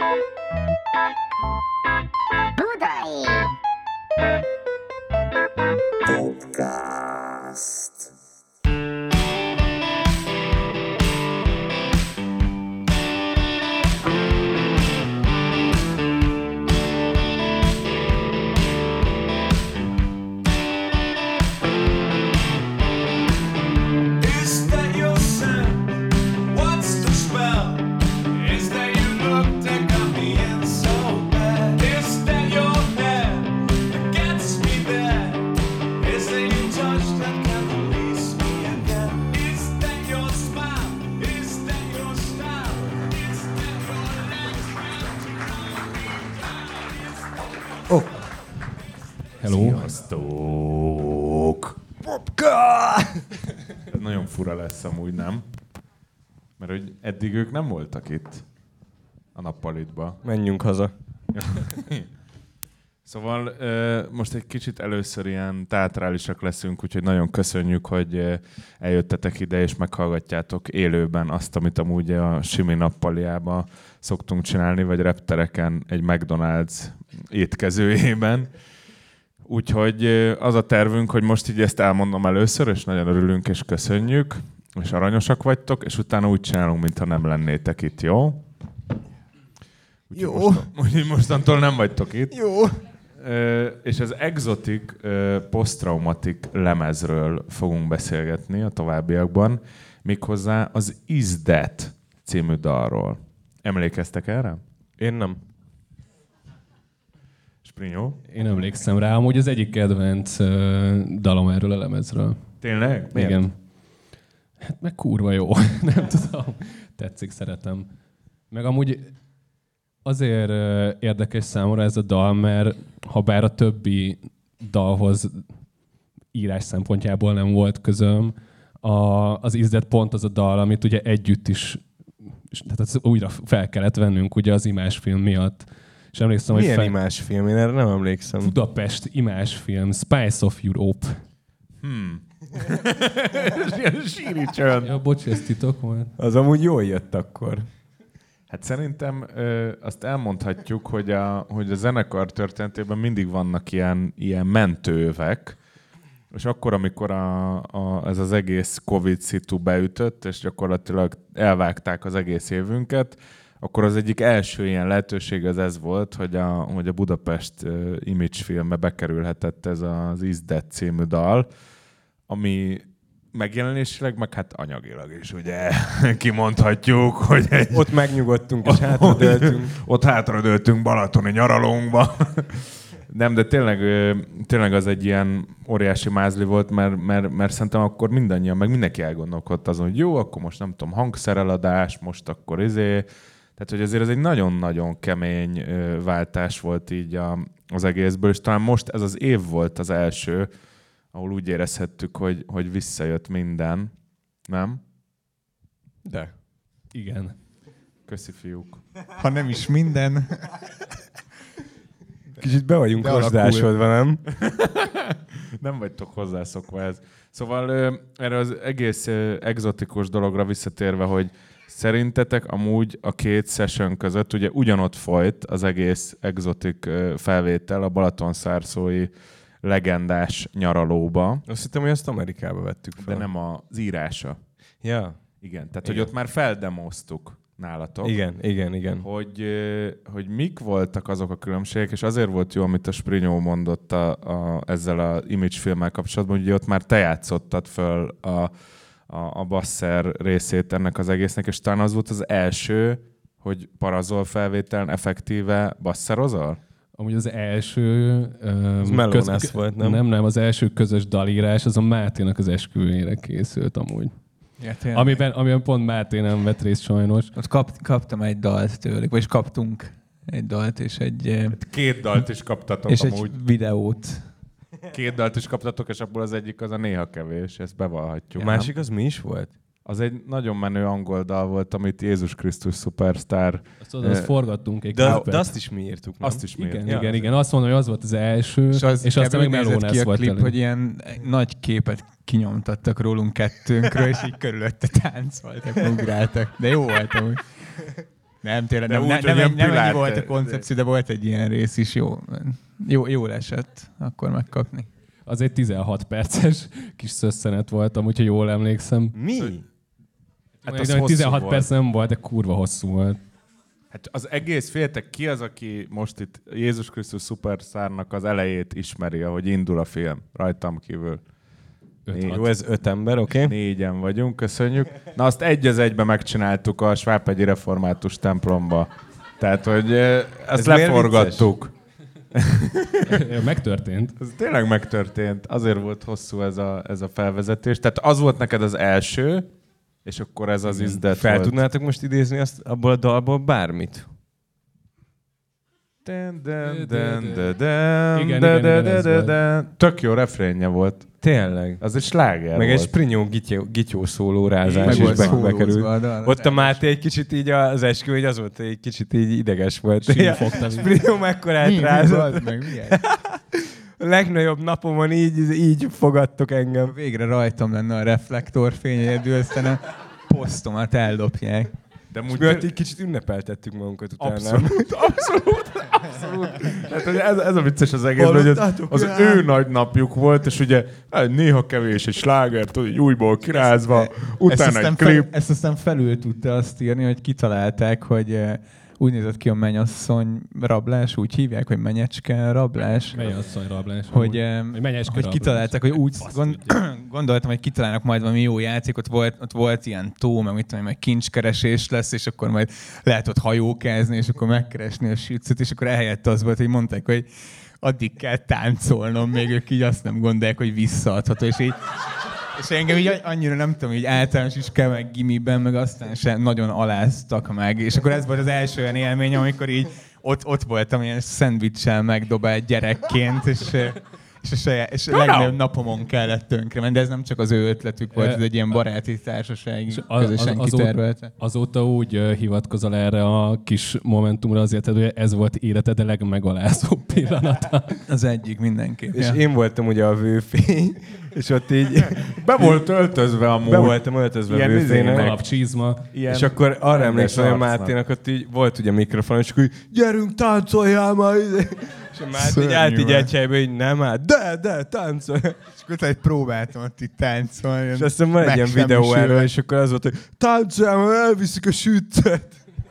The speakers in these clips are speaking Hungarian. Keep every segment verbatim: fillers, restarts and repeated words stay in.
Budai Podcast. Hello. Sziasztok! Popka! Ez nagyon fura lesz amúgy, nem? Mert hogy eddig ők nem voltak itt a nappalitba. Menjünk haza. Szóval most egy kicsit először ilyen teátrálisak leszünk, úgyhogy nagyon köszönjük, hogy eljöttetek ide és meghallgatjátok élőben azt, amit amúgy a Simi nappaliába szoktunk csinálni, vagy reptereken egy McDonald's étkezőjében. Úgyhogy az a tervünk, hogy most így ezt elmondom először, és nagyon örülünk és köszönjük, és aranyosak vagytok, és utána úgy csinálunk, mintha nem lennétek itt, jó? Úgyhogy jó. Mostan, úgyhogy mostantól nem vagytok itt. Jó. Ö, és az Exotic ö, Post-Traumatic lemezről fogunk beszélgetni a továbbiakban, méghozzá az Is That című dalról. Emlékeztek erre? Én nem. Sprinyó? Én emlékszem rá, amúgy az egyik kedvenc uh, dalom erről a lemezről. Tényleg? Miért? Igen. Hát meg kurva jó. Nem tudom. Tetszik, szeretem. Meg amúgy azért uh, érdekes számomra ez a dal, mert ha bár a többi dalhoz írás szempontjából nem volt közöm, a, az Is That pont az a dal, amit ugye együtt is, tehát az újra fel kellett vennünk ugye az imásfilm miatt. És emlékszem, milyen hogy fel... imásfilm? Én erre nem emlékszem. Budapest imásfilm, Spice of Europe. Hmm. Ilyen síri csönd. Ja, bocs, ez titok volt. Az amúgy jól jött akkor. Hát szerintem ö, azt elmondhatjuk, hogy a, hogy a zenekar történetében mindig vannak ilyen, ilyen mentőövek, és akkor, amikor a, a, ez az egész Covid szitu beütött, és gyakorlatilag elvágták az egész évünket, akkor az egyik első ilyen lehetőség az ez volt, hogy a, hogy a Budapest uh, Image filmbe bekerülhetett ez az Is That című dal, ami megjelenésileg, meg hát anyagilag is, ugye kimondhatjuk, hogy egy... Ott megnyugodtunk és hátradőltünk. Ott hátradőltünk balatoni nyaralónkba. Nem, de tényleg, tényleg az egy ilyen óriási mázli volt, mert, mert, mert szerintem akkor mindannyian, meg mindenki elgondolkodott azon, hogy jó, akkor most nem tudom, hangszereladás, most akkor izé... Tehát, hogy azért ez egy nagyon-nagyon kemény ö, váltás volt így a, az egészből, és talán most ez az év volt az első, ahol úgy érezhettük, hogy, hogy visszajött minden. Nem? De. Igen. Köszi, fiúk. Ha nem is minden. Kicsit be vagyunk rozsdásodva, nem? Nem vagytok hozzászokva ez. Szóval ö, erre az egész ö, egzotikus dologra visszatérve, hogy szerintetek amúgy a két session között ugye ugyanott folyt az egész exotic felvétel a Balatonszárszói legendás nyaralóba. Azt hittem, hogy ezt Amerikába vettük fel. De nem az írása. Ja. Igen, tehát Igen. hogy ott már feldemoztuk nálatok. Igen, igen, igen. Hogy, hogy mik voltak azok a különbségek, és azért volt jó, amit a Sprinyó mondott a, a, ezzel az image filmmel kapcsolatban, hogy ott már te játszottad föl a a, a basszer részét ennek az egésznek, és talán az volt az első, hogy parazol felvételen effektíve basszerozol? Amúgy az első... Az Melónász volt, nem? Nem, nem, az első közös dalírás, az a Máténak az esküvőjére készült amúgy. Ja, amiben, amiben pont Máté nem vett részt sajnos. Ott kap, kaptam egy dalt tőlük, vagyis kaptunk egy dalt, és egy... Két dalt is kaptatok és amúgy. egy videót. Két dalt is kaptatok, és abból az egyik az a Néha kevés, ezt bevallhatjuk. A másik az mi is volt? Az egy nagyon menő angol dal volt, amit Jézus Krisztus Superstar... Azt, azt forgattunk egy de, klipet. de azt is mi írtuk, nem? Azt is mi Igen, írtuk. igen, igen. Azt mondom, hogy az volt az első, és, az és aztán meg Melónász volt klip, elő. hogy ilyen nagy képet kinyomtattak rólunk kettőnkről, és így körülötte táncoltak, ugráltak. De jó volt amúgy. Nem, tényleg De nem, úgy, nem, hogy nem, ilyen nem ennyi Pilát- volt a koncepció, de volt egy ilyen rész is. Jó, jó, jól esett akkor megkapni. Az egy tizenhat perces kis szösszenet volt, amúgy, ha jól emlékszem. Mi? Hát az tizenhat volt. Perc nem volt, de kurva hosszú volt. Hát az egész, féltek, ki az, aki most itt Jézus Krisztus szupersztárnak az elejét ismeri, ahogy indul a film, rajtam kívül. Öt, Jó, ez öt ember, oké? Okay? Négyen vagyunk, köszönjük. Na azt egy az egybe megcsináltuk a Svábhegyi Református templomba. Tehát, hogy eh, ezt Ez leforgattuk. Megtörtént. Ez tényleg megtörtént. Azért volt hosszú ez a, ez a felvezetés. Tehát az volt neked az első, és akkor ez az izdet Fel volt. tudnátok most idézni azt abból a dalból bármit? Den, den, den, den, den, Igen, den, igen, den, igen, ez den, volt. den. Tök jó refrénje volt. Tényleg. Az egy sláger Meg volt. egy sprinyó gityó, gityó szólórázás Meg is volt be, szólózva bekerült. a dal. Ott a Máté egy kicsit így az eskü, hogy az volt, hogy egy kicsit így ideges volt. Sínfogta. Sprinyó mekkorát Mi, mi, rázott. bazd meg, milyen? A legnagyobb napomon így, így fogadtok engem. Végre rajtam lenne a reflektorfény, egyedül aztán a posztomat eldobják. De És úgy mi ott így kicsit ünnepeltettük magunkat utána. Abszolút, abszolút, abszolút. Tehát, hogy ez, ez a vicces az egész, hogy az, az ő nagy napjuk volt, és ugye néha kevés egy sláger, tudod, így újból kirázva, ezt utána aztán, egy klip. fel, ezt aztán felül tudta azt írni, hogy kitalálták, hogy eh, úgy nézett ki a mennyasszony rablás, úgy hívják, hogy menyecske rablás. Mennyasszony rablás. Hogy, eh, Vagy menyecske hogy rablás. kitalálták, hogy úgy Fasz gond, gondoltam, hogy kitalálnak majd valami jó játékot, volt, ott volt ilyen tó, meg mit tudom, meg kincskeresés lesz, és akkor majd lehet ott hajókázni, és akkor megkeresni a sütszöt, és akkor ehelyett az volt, hogy mondták, hogy addig kell táncolnom, még ők így azt nem gondolják, hogy visszaadható, és így és engem így annyira nem tudom, így általános is kell meg gimiben, meg aztán sem nagyon aláztak meg. És akkor ez volt az első olyan élményem, amikor így ott, ott voltam ilyen szendvicssel megdobált gyerekként, és, és a, saját, és a legnagyobb napomon kellett tönkre menni, de ez nem csak az ő ötletük volt, ez egy ilyen baráti társaság, közösen az, kitervelte. Azóta úgy uh, hivatkozol erre a kis momentumra azért, hogy ez volt életed a legmegalázóbb pillanata. Az egyik mindenképp. És Ja. én voltam ugye a vőfény, és ott így Be volt öltözve amúgy. be voltam öltözve a Ilyen vőfénynek. Alapcsizma. Ilyen És akkor arra emlékszem, hogy a arcnak. Máténak ott így volt ugye mikrofon, és akkor így, gyerünk, táncoljál már! És a Máté így Szörnyű állt így volt. egy helyben, így nem áll, de, de, táncolj! És akkor egy próbáltam ott itt táncolni. És aztán van egy ilyen videó erről, és akkor az volt, hogy táncoljál, már elviszik a süttet!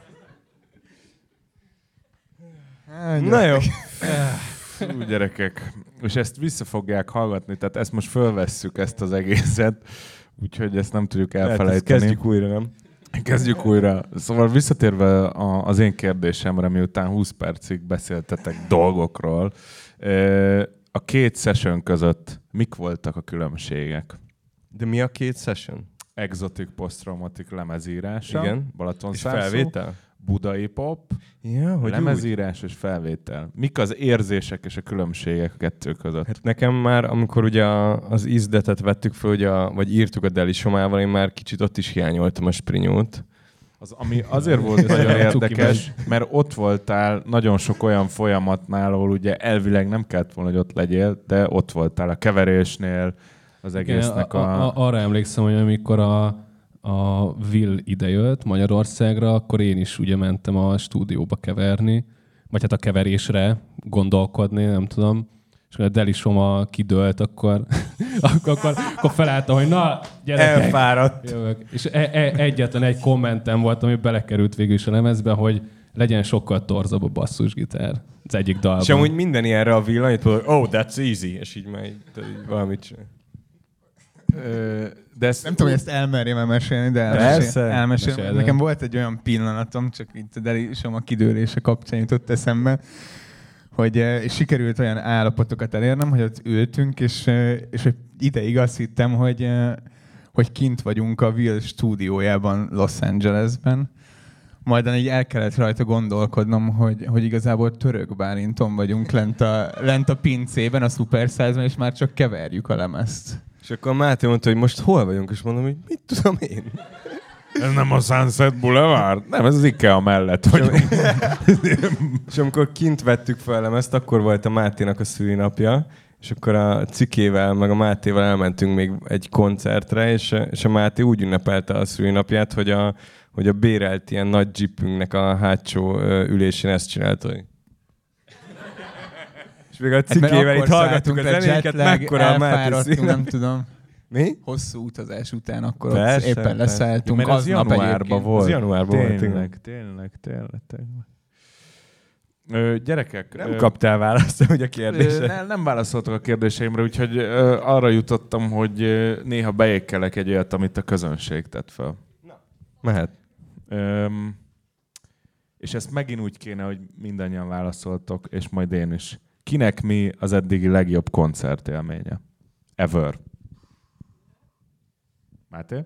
Na jó. Fú, gyerekek. És ezt vissza fogják hallgatni, tehát ezt most fölvesszük, ezt az egészet, úgyhogy ezt nem tudjuk Lehet, ezt elfelejteni. kezdjük újra, nem? Kezdjük újra. Szóval visszatérve a, az én kérdésemre, miután húsz percig beszéltetek dolgokról, a két session között mik voltak a különbségek? De mi a két session? Exotic Post-Traumatic lemezírása, Igen. Balaton És felvétel? Budai Pop, Ja, hogy lemezírás és felvétel. Mik az érzések és a különbségek a kettő között? Hát nekem már, amikor ugye a, az izdetet vettük fel, ugye a, vagy írtuk a Deli Somával, én már kicsit ott is hiányoltam a sprinyót. Az, ami azért volt nagyon Cuki érdekes, mert ott voltál nagyon sok olyan folyamatnál, ahol ugye elvileg nem kellett volna, hogy ott legyél, de ott voltál a keverésnél, az egésznek Igen, a... a... Arra emlékszem, hogy amikor a, a Will idejött Magyarországra, akkor én is ugye mentem a stúdióba keverni, vagy hát a keverésre gondolkodni, nem tudom. És a Deli Soma kidőlt, akkor, akkor, akkor, akkor felálltam, hogy na, gyerekek, Elfáradt. jövök. És e- e- egyetlen egy kommentem volt, ami belekerült végül is a lemezbe, hogy legyen sokkal torzabb a basszusgitár az egyik dalban. És amúgy minden ilyenre a villanit, hogy oh, that's easy, és így már így, így valamit csinál. De ezt Nem tudom, hogy ezt elmerjem elmesélni, de Persze. elmesélem. elmesélem. Mesélj, Nekem volt egy olyan pillanatom, csak itt a Deli Soma kidőlése kapcsán jutott eszembe, hogy eh, és sikerült olyan állapotokat elérnem, hogy ott ültünk, és, eh, és egy ideig azt hittem, hogy, eh, hogy kint vagyunk a Will stúdiójában Los Angelesben. Majd így el kellett rajta gondolkodnom, hogy, hogy igazából Török Bálinton vagyunk lent a, lent a pincében, a Super Size-ban, és már csak keverjük a lemezt. És akkor Máté mondta, hogy most hol vagyunk, és mondom, hogy mit tudom én. ez nem a Sunset Boulevard? Nem, ez az IKEA mellett vagyunk. És amikor kint vettük fel ezt, akkor volt a Máténak a szülinapja, és akkor a Cikével, meg a Mátéval elmentünk még egy koncertre, és, és a Máté úgy ünnepelte a szülinapját, hogy, a, hogy a bérelt ilyen nagy jeepünknek a hátsó ülésén ezt csinálta. És még a cikkével itt hallgattuk a zenéket, mekkora a Máté nem tudom. Mi? Hosszú utazás után akkor persze, ott éppen leszálltunk. Az, az januárban volt. Az januárban volt. Tényleg, tényleg, tényleg, tényleg. Ö, gyerekek... Nem ö, kaptál választ, hogy a kérdésre. Nem, nem válaszoltak a kérdéseimre, úgyhogy ö, arra jutottam, hogy ö, néha beékkelek egy olyat, amit a közönség tett fel. Na. Mehet. Öm, és ezt megint úgy kéne, hogy mindannyian válaszoltok, és majd én is. Kinek mi az eddigi legjobb koncertélménye? Ever. Máté?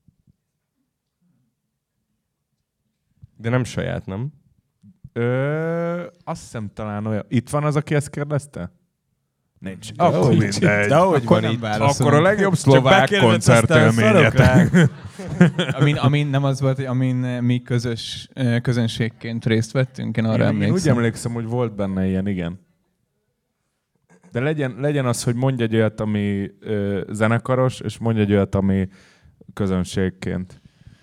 De nem saját, nem? Ö, azt hiszem talán olyan... Itt van az, aki ezt kérdezte? Nincs. De Akkor hogy mindegy. De hogy Akkor van nem itt? válaszolunk. Akkor a legjobb szlovák koncertélményetek. Amin, amin nem az volt, hogy amin mi közös közönségként részt vettünk, én arra Én, emlékszem. én úgy emlékszem, hogy volt benne ilyen, igen. De legyen, legyen az, hogy mondj egy olyat, ami ö, zenekaros, és mondj egy olyat, ami közönségként.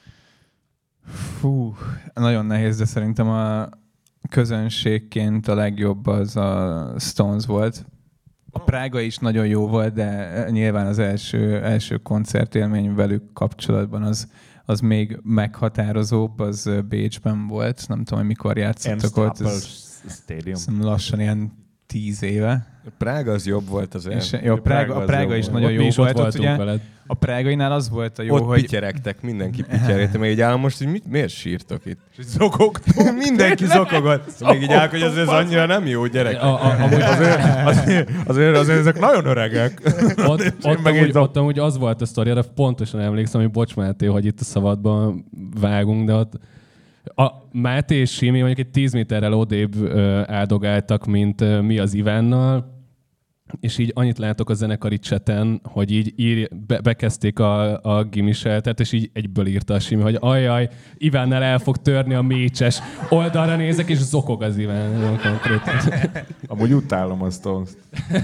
Fú, nagyon nehéz, de szerintem a közönségként a legjobb az a Stones volt. A Prága is nagyon jó volt, de nyilván az első, első koncertélmény velük kapcsolatban az, az még meghatározóbb, az Bécsben volt. Nem tudom, hogy mikor játszottak ott. Ez, Stadium. lassan ilyen tíz éve. A Prága az jobb volt az És, olyan. jó, a Prága, a Prága is nagyon jó volt. Ott, ugye, veled. a Prágainál az volt a jó, ott hogy... pityeregtek, mindenki pityeregte. Még így állom most, hogy mit, miért sírtok itt? És zokogtok. Mindenki zokogott. Még így áll, hogy ez, ez annyira nem jó, gyerek. A, a, amúgy Azért, azért, azért, azért ezek nagyon öregek. ott, ott, amúgy, ott amúgy az volt a sztori, de pontosan emlékszem, hogy bocs Máté, hogy itt a szabadban vágunk, de ott a Máté és Simi mondjuk egy tíz méterrel odébb ö, áldogáltak, mint ö, mi az Ivánnal, és így annyit látok a zenekari cseten, hogy így ír, be, bekezdték a, a gimiseltet, és így egyből írta a Simi, hogy ajjaj, Ivánnal el fog törni a mécses. Oldalra nézek, és zokog az Iván. Amúgy utálom a Stones-t.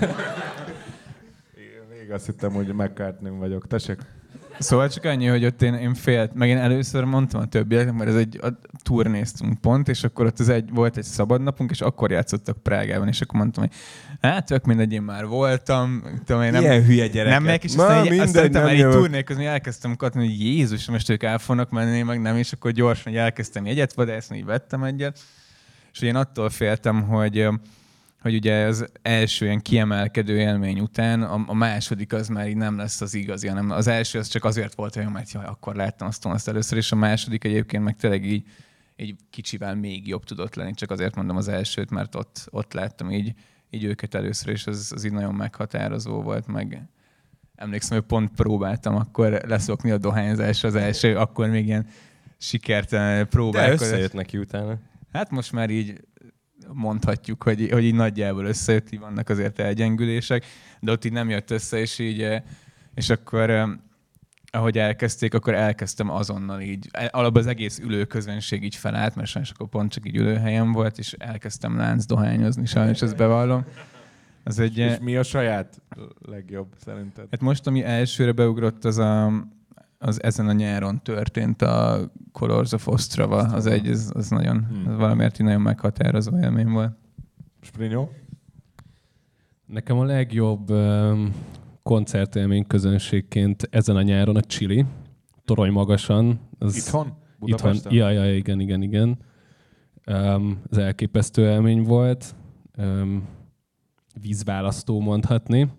Még azt hittem, hogy McCartney vagyok. Tessék. Szóval csak annyi, hogy ott én, én félt, meg én először mondtam a többieknek, mert ez egy a turnéztünk pont, és akkor ott az egy, volt egy szabadnapunk, és akkor játszottak Prágában, és akkor mondtam, hogy hát tök mindegy, én már voltam. Tudom, én nem, Ilyen hülye gyerek. Nem megyek, és aztán, aztán már egy turné közben elkezdtem katni, hogy Jézus, most ők el fognak menni, meg nem, és akkor gyorsan elkezdtem jegyet vadászni, így vettem egyet. És én attól féltem, hogy hogy ugye az első ilyen kiemelkedő élmény után a, a második az már így nem lesz az igazi, hanem az első az csak azért volt olyan, mert jaj, akkor láttam azt, azt először, és a második egyébként meg tényleg így, így kicsivel még jobb tudott lenni, csak azért mondom az elsőt, mert ott, ott láttam így, így őket először, és az, az így nagyon meghatározó volt, meg emlékszem, hogy pont próbáltam akkor leszokni a dohányzásra az első, akkor még ilyen sikertelen próbálkozás. De összejött neki utána. Hát most már így mondhatjuk, hogy, hogy így nagyjából összejött, így vannak azért elgyengülések, de ott így nem jött össze, és így, és akkor ahogy elkezdték, akkor elkezdtem azonnal így, alapban az egész ülőközönség így felállt, mert sajnos akkor pont csak így ülőhelyem volt, és elkezdtem láncdohányozni, sajnos ezt bevallom. Az egy, és mi a saját legjobb szerinted? Hát most, ami elsőre beugrott, az a az ezen a nyáron történt a Colors of Ostrava. Az egy, az, az nagyon, hmm. az valamiért így nagyon meghatározó élmény volt. Sprinyó? Nekem a legjobb um, koncertélmény közönségként ezen a nyáron a Chili. Torony magasan. Az Itthon? Budapesten? Itthon. Ja, ja, igen, igen, igen. Um, az elképesztő élmény volt. Um, vízválasztó mondhatni.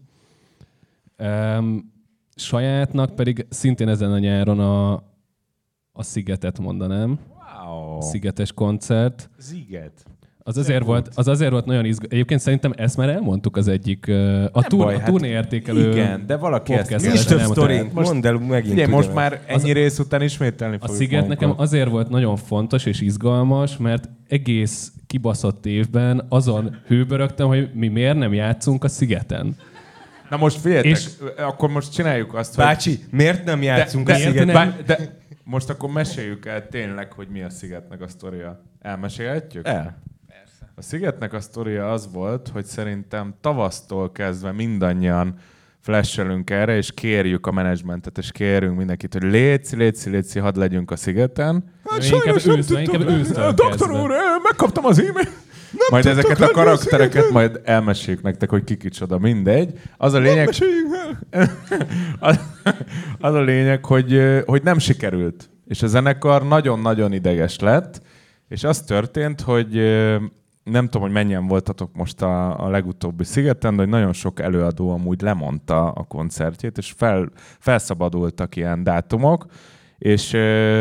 Um, Sajátnak pedig szintén ezen a nyáron a, a Szigetet mondanám. Wow. Szigetes koncert. Ziget. Az azért, volt, az azért volt nagyon izgalmas. Egyébként szerintem ezt már elmondtuk az egyik, a, túr, baj, a hát turné értékelő igen, de valaki ezt Mi is több sztorink, most, mondd el megint. ugye, most ugyan. már ennyi Az, rész után ismételni a fogjuk Sziget magunkat. nekem azért volt nagyon fontos és izgalmas, mert egész kibaszott évben azon hőbörögtem, hogy mi miért nem játszunk a Szigeten. Na most figyeljetek, És- akkor most csináljuk azt, hogy... Bácsi, miért nem játszunk de, a de, Szigeten? bá- de most akkor meséljük el tényleg, hogy mi a Szigetnek a sztoria. Elmesélhetjük? El. A Szigetnek a sztoria az volt, hogy szerintem tavasztól kezdve mindannyian flashelünk erre, és kérjük a menedzsmentet, és kérünk mindenkit, hogy léci, léci, léci, hadd legyünk a Szigeten. Sajnos nem tudtam. Doktor úr, megkaptam az e-mail. Majd ezeket a karaktereket majd elmeséljük nektek, hogy ki kicsoda, mindegy. Az a lényeg, az, az a lényeg, hogy, hogy nem sikerült. És a zenekar nagyon-nagyon ideges lett, és az történt, hogy nem tudom, hogy mennyien voltatok most a, a legutóbbi szigeten, de hogy nagyon sok előadó amúgy lemondta a koncertjét, és fel, felszabadultak ilyen dátumok, és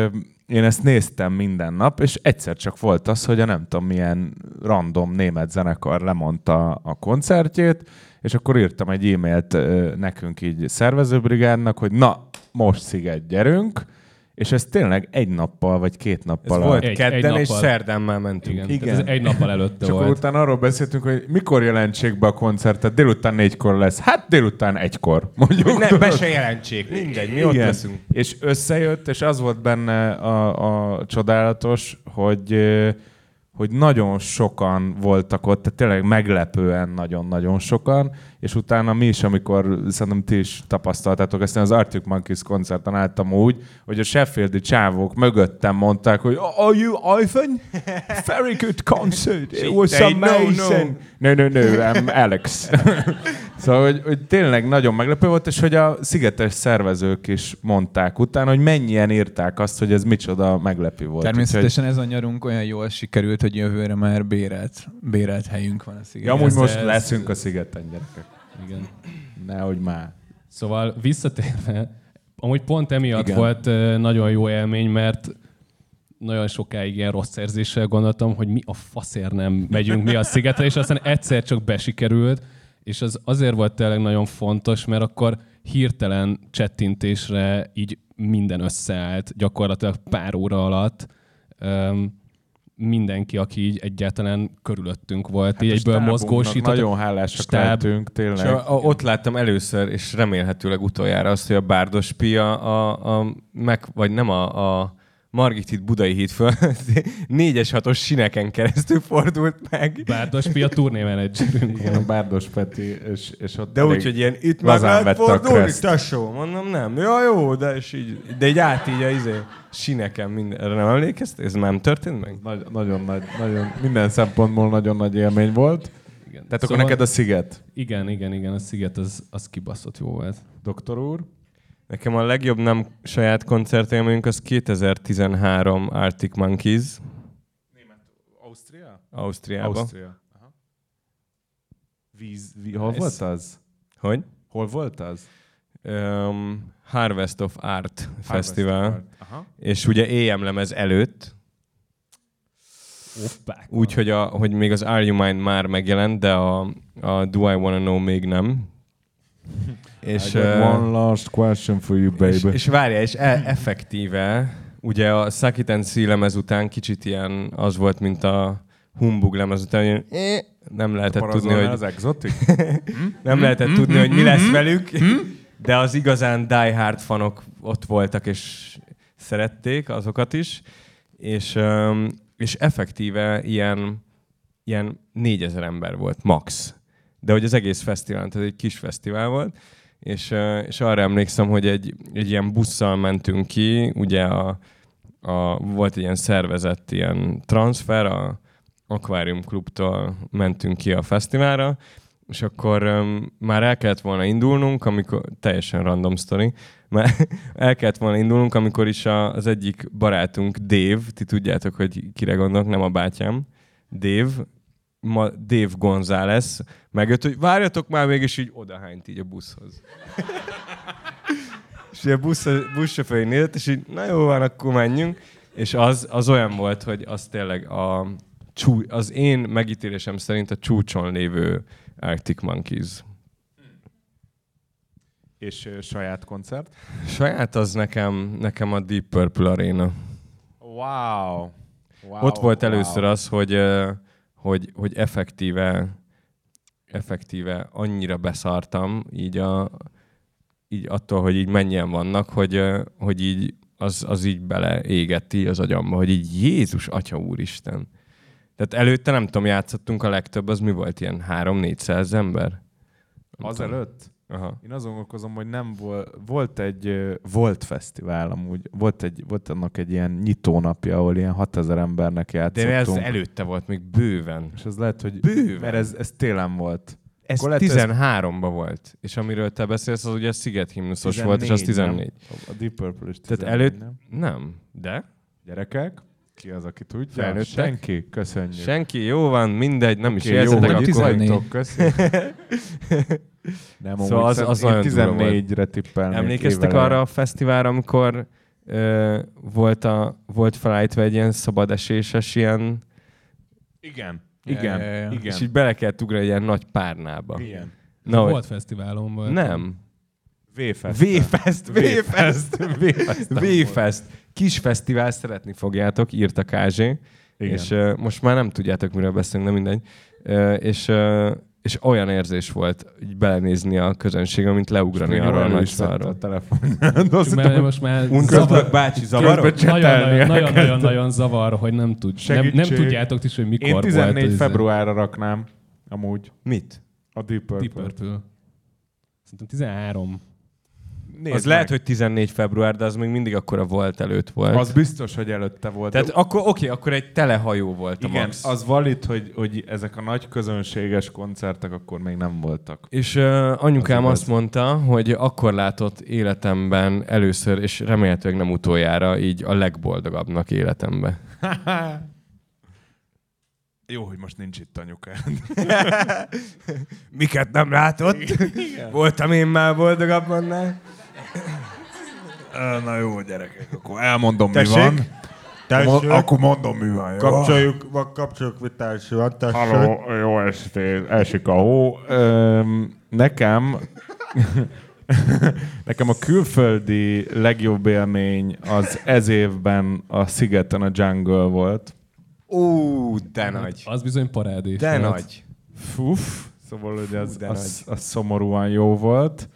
én ezt néztem minden nap, és egyszer csak volt az, hogy a nem tudom milyen random német zenekar lemondta a koncertjét, és akkor írtam egy e-mailt nekünk így szervezőbrigádnak, hogy na, most Sziget, gyerünk, és ez tényleg egy nappal, vagy két nappal. Ez volt egy, kedden, egy és nappal. szerdán már mentünk. Igen, Igen. ez egy nappal előtte és volt. akkor utána arról beszéltünk, hogy mikor jelentsék be a koncertet, délután négykor lesz. Hát délután egykor, mondjuk. Ne, be se jelentsék, mindegy, mi ott Igen. leszünk. És összejött, és az volt benne a, a csodálatos, hogy, hogy nagyon sokan voltak ott, tehát tényleg meglepően nagyon-nagyon sokan, és utána mi is, amikor szerintem ti is tapasztaltátok, ezt az Arctic Monkeys koncerten álltam úgy, hogy a Sheffieldi csávók mögöttem mondták, hogy are you Ivan? Very good concert. It was They know, amazing. No, no, no, I'm Alex. Szóval, hogy, hogy tényleg nagyon meglepő volt, és hogy a szigetes szervezők is mondták utána, hogy mennyien írták azt, hogy ez micsoda meglepő volt. Természetesen ez a nyarunk olyan jól sikerült, hogy jövőre már bérelt, bérelt helyünk van a szigeten. Ja, amúgy Ez- most ez- leszünk a szigeten, gyerekek. Igen. Nehogy már. Szóval visszatérve, amúgy pont emiatt Igen. volt uh, nagyon jó élmény, mert nagyon sokáig ilyen rossz érzéssel gondoltam, hogy mi a faszért nem megyünk mi a szigetre, és aztán egyszer csak besikerült, és az azért volt tényleg nagyon fontos, mert akkor hirtelen csettintésre így minden összeállt gyakorlatilag pár óra alatt. Um, mindenki, aki így egyáltalán körülöttünk volt, hát így egyből mozgósított. Nagyon hálásak stáb. lehetünk, tényleg. És a, a, ott láttam először, és remélhetőleg utoljára azt, hogy a Bárdos Pia a, a meg, vagy nem a, a Margit híd, Budai híd föl, négyes hatos sineken keresztül fordult meg. Bárdos Pia turnémenedzserünk Igen, a volt. Bárdos Peti, és, és ott De elég úgy, hogy ilyen itt meg lazán lehet vette a fordulni, kreszt. tesó. Mondom, nem. Ja, jó, de, és így, de így át így a izé, sineken minden. Erre nem emlékeztél? Ez nem történt meg? Nagy, nagyon nagy, nagyon, minden szempontból nagyon nagy élmény volt. Igen. Tehát szóval... akkor neked a sziget, Igen, igen, igen, a sziget az, az kibaszott jó volt. doktor úr. Nekem a legjobb nem saját koncertélményünk az kétezer-tizenhárom Arctic Monkeys Német, Ausztria? Ausztriában. Ausztria. Aha. Víz, víz, hol Ez- volt az? Hogy? Hol volt az? Um, Harvest of Art Fesztivál. Harvest of Art. Aha. És ugye é em lemez előtt, Oppák. úgyhogy a, hogy még az Are You Mine már megjelent, de a, a Do I Wanna Know még nem. És, I got uh, one last question for you, baby. és, és várjál, és e- effektíve, ugye a Suck It and See lemez után kicsit ilyen az volt, mint a Humbug lemez után, hogy ilyen, eh, nem lehetett tudni, Parazolnál hogy az exotic? nem lehetett tudni, hogy mi lesz velük, de az igazán Die Hard fanok ott voltak, és szerették azokat is, és, um, és effektíve ilyen, ilyen négyezer ember volt, max. De hogy az egész fesztivál, tehát egy kis fesztivál volt, és, uh, és arra emlékszem, hogy egy, egy ilyen busszal mentünk ki, ugye a, a, volt egy ilyen szervezett ilyen transfer, a Aquarium Klubtól mentünk ki a fesztiválra, és akkor um, már el kellett volna indulnunk, amikor, teljesen random story, már el kellett volna indulnunk, amikor is a, az egyik barátunk, Dave, ti tudjátok, hogy kire gondolok, nem a bátyám, Dave, ma Dave González, megjött, hogy várjatok már még, és így odahányt így a buszhoz. És így a busz, buszsofőr nézett, és így, na jó van, akkor menjünk. És az, az olyan volt, hogy az tényleg a, csú, az én megítélésem szerint a csúcson lévő Arctic Monkeys. És uh, saját koncert? Saját az nekem, nekem a Deep Purple Arena. Wow. wow Ott volt wow. először az, hogy, ö, hogy, hogy effektíve, effektíve annyira beszartam így, a, így attól, hogy így mennyien vannak, hogy, ö, hogy így az, az így beleégeti az agyamba, hogy így Jézus Atya Úristen. Tehát előtte nem tudom, játszottunk a legtöbb, az mi volt ilyen három-négyszáz ember? Nem Az tudom. előtt? Aha. Én azon gondolkozom, hogy nem volt, volt egy Volt fesztivál amúgy, volt, egy, volt annak egy ilyen nyitónapja, ahol ilyen hatezer embernek játszottunk. De ez előtte volt még bőven. És ez lehet, hogy Bőven. Mert ez, ez télen volt. Ez tizenháromban volt. És amiről te beszélsz, az ugye Sziget himnuszos volt, és az tizennégy. Nem? A Deep Purple is tizennégy, Tehát előtt... nem? Nem. De? Gyerekek? Ki az, aki tudja? Felnőttek? Senki? Köszönjük. Senki? Jó van, mindegy, nem Okay, is jó, jelzetek. hogy itt tizennégy. vagytok, köszönjük. Nem, Szóval az- az én nagyon durva volt. tizennégyre tippelnék. Emlékeztek évvel arra a fesztiválra, amikor ö, volt, a, volt felállítva egy ilyen szabadeséses ilyen, Igen. Ja, Igen. ja, ja. Igen. és így bele kellett ugrani egy ilyen nagy párnába. Igen. Na, volt hogy- fesztiválon volt. nem. V-Fest. V-Fest, V-Fest, V-Fest. V-Fest. Kis fesztivál, szeretni fogjátok, írta ká zé. Igen. És uh, most már nem tudjátok, miről beszélünk, de mindegy. Uh, és, uh, és olyan érzés volt így belenézni a közönségbe, mint leugrani arra a nagy szarra. a telefonját. Azt Mert hittem, most már Untatlak zavar, bácsi zavarok? közben csetelni nagyon-nagyon zavar, hogy nem, tud, nem, nem Segítség. tudjátok is, hogy mikor Én volt. tizennégy ez- februárra raknám, amúgy, Mit? a Deep Purple. Deep Purple. Szerintem tizenhárom. Nézd Az meg. lehet, hogy tizennégy február, de az még mindig akkor a volt előtt volt. Az biztos, hogy előtte volt. Tehát akkor oké, akkor egy telehajó volt a igen, max. az valid, hogy, hogy ezek a nagy közönséges koncertek akkor még nem voltak. És uh, anyukám Az azt igaz. mondta, hogy akkor látott életemben először, és remélhetőleg nem utoljára, így a legboldogabbnak életemben. Jó, hogy most nincs itt anyukád. Miket nem látott? Voltam én már boldogabb annál. Na jó, gyerekek, akkor elmondom, Tessék? mi van. Tessék? Mo- akkor mondom, mi van, jó? Kapcsoljuk, va- kapcsoljuk vitásra, tessék. Halló, jó estét, esik a hó. Öm, nekem, nekem a külföldi legjobb élmény az ez évben a Szigeten a Jungle volt. Ú, de nagy. Az bizony parádés. De volt. nagy. Fuf, szóval hogy az, de az, az szomorúan jó volt.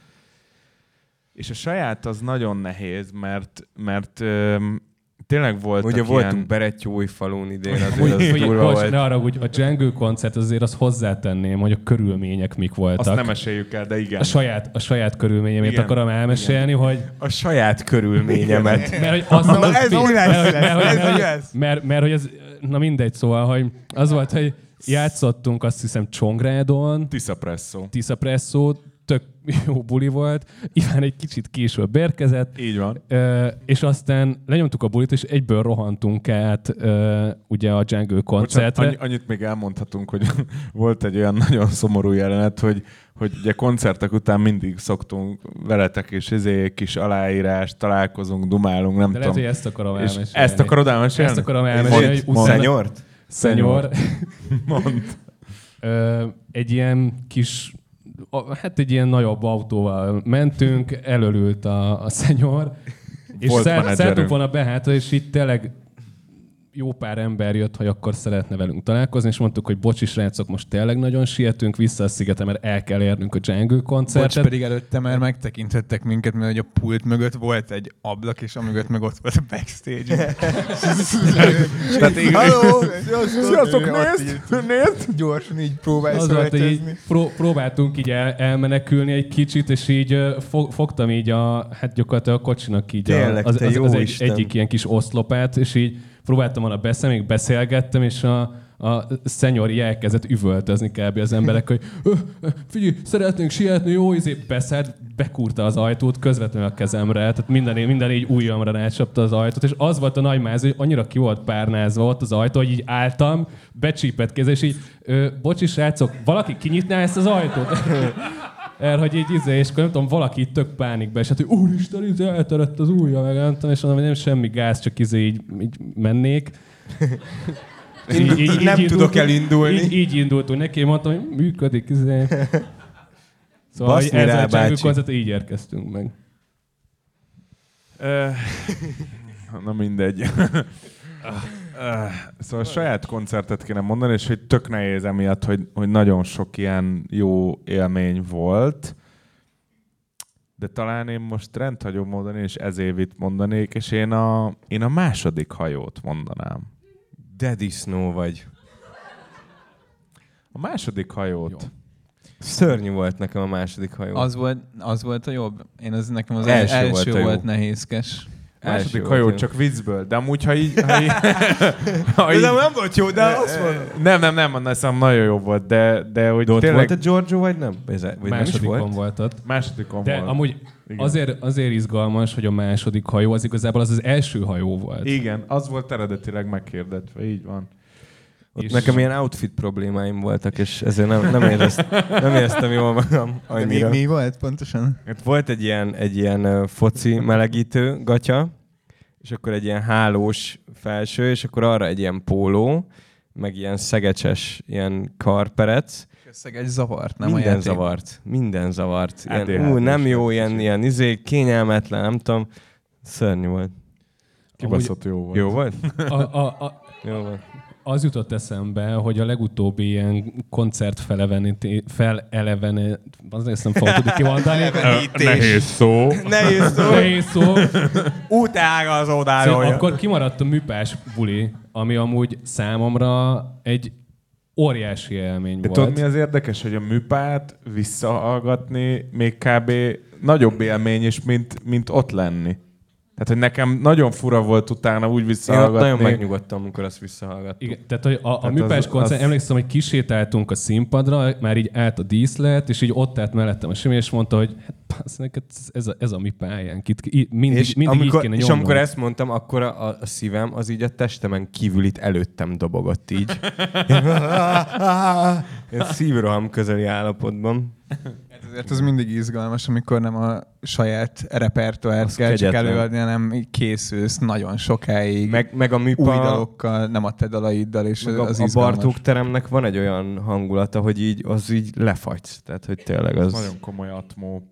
És a saját az nagyon nehéz, mert, mert öm, tényleg voltak Ugye ilyen... voltunk Berettyóújfalun idén, azért Úgy, az hogy, durva bocs, volt. ne arra, hogy a Jungle koncert azért azt hozzátenném, hogy a körülmények mik voltak. Azt nem meséljük el, de igen. a saját, a saját körülményemért Igen. akarom elmesélni, hogy A saját körülményemet. mert hogy azt Na, mert, ez mert, mi lesz? mert, mert, Ez mert, mi mert, lesz? mert, mert, hogy ez, na mindegy, szóval, hogy az volt, hogy játszottunk azt hiszem Csongrádon, Tisza Presszó. Tisza Presszó, tök jó buli volt, Iván egy kicsit később érkezett, Így van. Ö, és aztán lenyomtuk a bulit, és egyből rohantunk át ö, ugye a Jungle Bocsánat, koncertre. annyi, annyit még elmondhatunk, hogy volt egy olyan nagyon szomorú jelenet, hogy, hogy ugye koncertek után mindig szoktunk veletek is izé, kis aláírás, találkozunk, dumálunk, nem De lehet, tudom. hogy ezt akarom És elmesélni. ezt akarod elmesélni? Ezt akarom elmesélni, hogy Mond, utána- Szenyort? Szenyor. Mond. Ö, egy ilyen kis, a- hát egy ilyen nagyobb autóval mentünk, elölült a, a szenyor, és Volt szállt- menedzserünk. szálltunk volna be hátra, és itt tényleg jó pár ember jött, hogy akkor szeretne velünk találkozni, és mondtuk, hogy bocsi srácok, most tényleg nagyon sietünk vissza a szigetre, mert el kell érnünk a Jungle Bocs, koncertet. pedig előtte már megtekintettek minket, mert hogy a pult mögött volt egy ablak, és amögött meg ott volt a backstage. Tehát így, Halló! Sziasztok, nézd! Nézd! Gyorsan így próbálj Az volt, hogy így szövetkezni. pró- próbáltunk így el- elmenekülni egy kicsit, és így ö, fo- fogtam így a, hát gyakorlatilag a kocsinak így a, Tényleg, az, te az, jó az egy, Isten. egyik ilyen kis oszlopát, és így próbáltam volna beszélni, még beszélgettem, és a, a szenyori elkezdett üvöltözni kb. Az emberek, hogy "Ö, ö, figyelj, szeretnénk sietni, jó, izé beszállt, bekúrta az ajtót közvetlenül a kezemre, tehát minden, minden így ujjamra rácsapta az ajtót, és az volt a nagy máz, hogy annyira ki volt párnázva ott az ajtó, hogy így álltam, becsípett kéz, és így, ö, bocsi srácok, valaki kinyitná ezt az ajtót? Erre, hogy így izé, és akkor nem tudom, valaki így tök pánikba esett, hogy úristen, izé elterett az ujja, meg nem tudom, és mondom, hogy nem semmi gáz, csak izé így, így mennék. Így- nem tudok elindulni. Így, így indultunk neki, én mondtam, hogy működik, izé. Szóval Baszni ezzel rá, a Jungle bácsi. koncertre így érkeztünk meg. Ö, Na mindegy. Ö, Szóval saját koncertet kéne mondani, és hogy tök nehéz emiatt, hogy, hogy nagyon sok ilyen jó élmény volt. De talán én most rendhagyó mondani, és ez évit mondanék, és én a, én a második hajót mondanám. De disznó vagy. A második hajót. Jó. Szörnyű volt nekem a második hajó. Az volt, az volt a jobb? Én az nekem az Első első, volt első a jó. volt nehézkes. Második Első hajó volt, csak viccből, de amúgy, ha így... Ha így, ha így nem volt jó, de azt mondom. nem, nem, nem, nem, nem, nagyon jó volt, de, de hogy De ott tényleg... volt a Giorgio, vagy nem? Vagy nem is Másodikon volt? volt ott. Másodikon De volt. amúgy Igen. azért, azért izgalmas, hogy a második hajó az igazából az az első hajó volt. Igen, az volt eredetileg meghirdetve, így van. Ott És- nekem ilyen outfit problémáim voltak, és ezért nem, nem, érezt, nem éreztem jól magam De mi, annyira. mi volt pontosan? Hát volt egy ilyen, egy ilyen ö, foci melegítő gatya, és akkor egy ilyen hálós felső, és akkor arra egy ilyen póló, meg ilyen szegecses ilyen karperec. Összeg egy zavart, nem a Minden játék. zavart. Minden zavart. á dé Ilyen, há dés ú, nem jó, lett ilyen, kicsit. ilyen izé, kényelmetlen, nem tudom. Szörnyű volt. Kibaszott jó volt. Jó volt? A, a, a, Jó volt. az jutott eszembe, hogy a legutóbbi ilyen koncert felelevenítés, felelevené, az ezt nem fogom tudni kimondani. Nehéz szó. Nehéz szó. Nehéz szó. Utágazódál, Szóval akkor kimaradt a műpás buli, ami amúgy számomra egy óriási élmény De volt. tudod, mi az érdekes, hogy a műpát visszahallgatni még kb. Nagyobb élmény is, mint, mint ott lenni. Tehát, hogy nekem nagyon fura volt utána úgy Én ott visszahallgatni. nagyon megnyugodtam, amikor azt visszahallgattam. Igen, tehát hogy a, a Tehát műpás az- koncert, az- emlékszem, hogy kisétáltunk a színpadra, már így állt a díszlet, és így ott állt mellettem a Simi, és mondta, hogy hát passz, neked ez a, ez a mi pályánk, itt í- mindig, És, mindig amikor, így kéne és nyomnod. amikor ezt mondtam, akkor a, a szívem az így a testemen kívül itt előttem dobogott így. Ilyen szívroham közeli állapotban. Hát azért az mindig izgalmas, amikor nem a saját repertoárt Az kell csak kegyetlen. előadni, hanem így készülsz nagyon sokáig. Meg, meg a új műpa, dalokkal, nem a te dalaiddal, és meg az, a, az a izgalmas. Bartók teremnek van egy olyan hangulata, hogy így, az így lefagysz. Tehát, hogy tényleg az... Nagyon komoly atmó.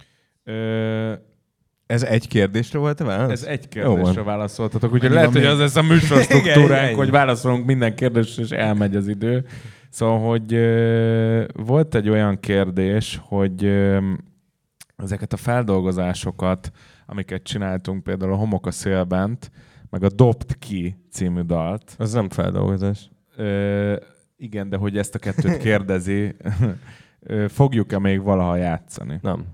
Ö, Ez egy kérdésre volt a válasz? ez egy Jó kérdésre van. válaszoltatok, úgyhogy Mennyi lehet, van hogy még? az lesz a műsor Igen, struktúránk, igen. hogy válaszolunk minden kérdésre, és elmegy az idő. Szóval, hogy ö, volt egy olyan kérdés, hogy ö, ezeket a feldolgozásokat, amiket csináltunk, például a Homok a szélbent, meg a Dobt ki című dalt. Az nem feldolgozás. Ö, igen, de hogy ezt a kettőt kérdezi, ö, fogjuk-e még valaha játszani? Nem.